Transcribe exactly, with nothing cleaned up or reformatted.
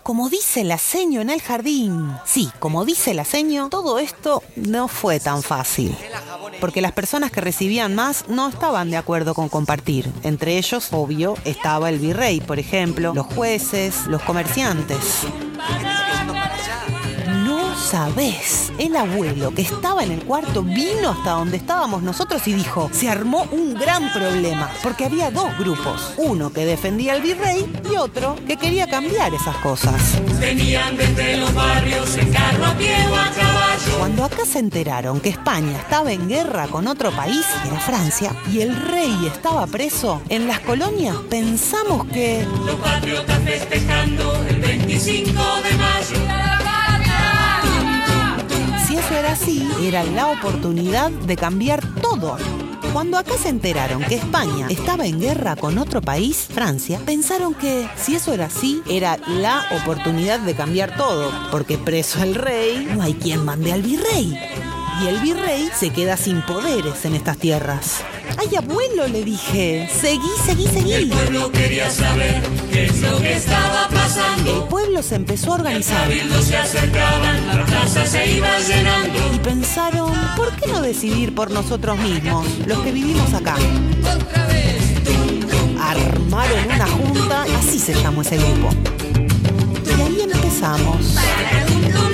como dice la seño en el jardín. Sí, como dice la seño, todo esto no fue tan fácil. Porque las personas que recibían más no estaban de acuerdo con compartir. Entre ellos, obvio, estaba el virrey, por ejemplo, los jueces, los comerciantes. No sabés, el abuelo que estaba en el cuarto vino hasta donde estábamos nosotros y dijo, se armó un gran problema, porque había dos grupos, uno que defendía al virrey y otro que quería cambiar esas cosas. Venían desde los barrios en carro, a pie o a caballo. Cuando acá se enteraron que España estaba en guerra con otro país, que era Francia, y el rey estaba preso, en las colonias pensamos que... Los patriotas festejando el veinticinco de mayo. Si eso era así, era la oportunidad de cambiar todo. Cuando acá se enteraron que España estaba en guerra con otro país, Francia, pensaron que si eso era así, era la oportunidad de cambiar todo, porque preso el rey, no hay quien mande al virrey. Y el virrey se queda sin poderes en estas tierras. ¡Ay, abuelo!, le dije. Seguí, seguí, seguí. El pueblo quería saber qué es lo que estaba pasando. El pueblo se empezó a organizar. El cabildo se acercaban, la plaza se iba llenando. Y pensaron, ¿por qué no decidir por nosotros mismos, los que vivimos acá? Otra vez. Armaron una junta, así se llamó ese grupo. Y ahí empezamos.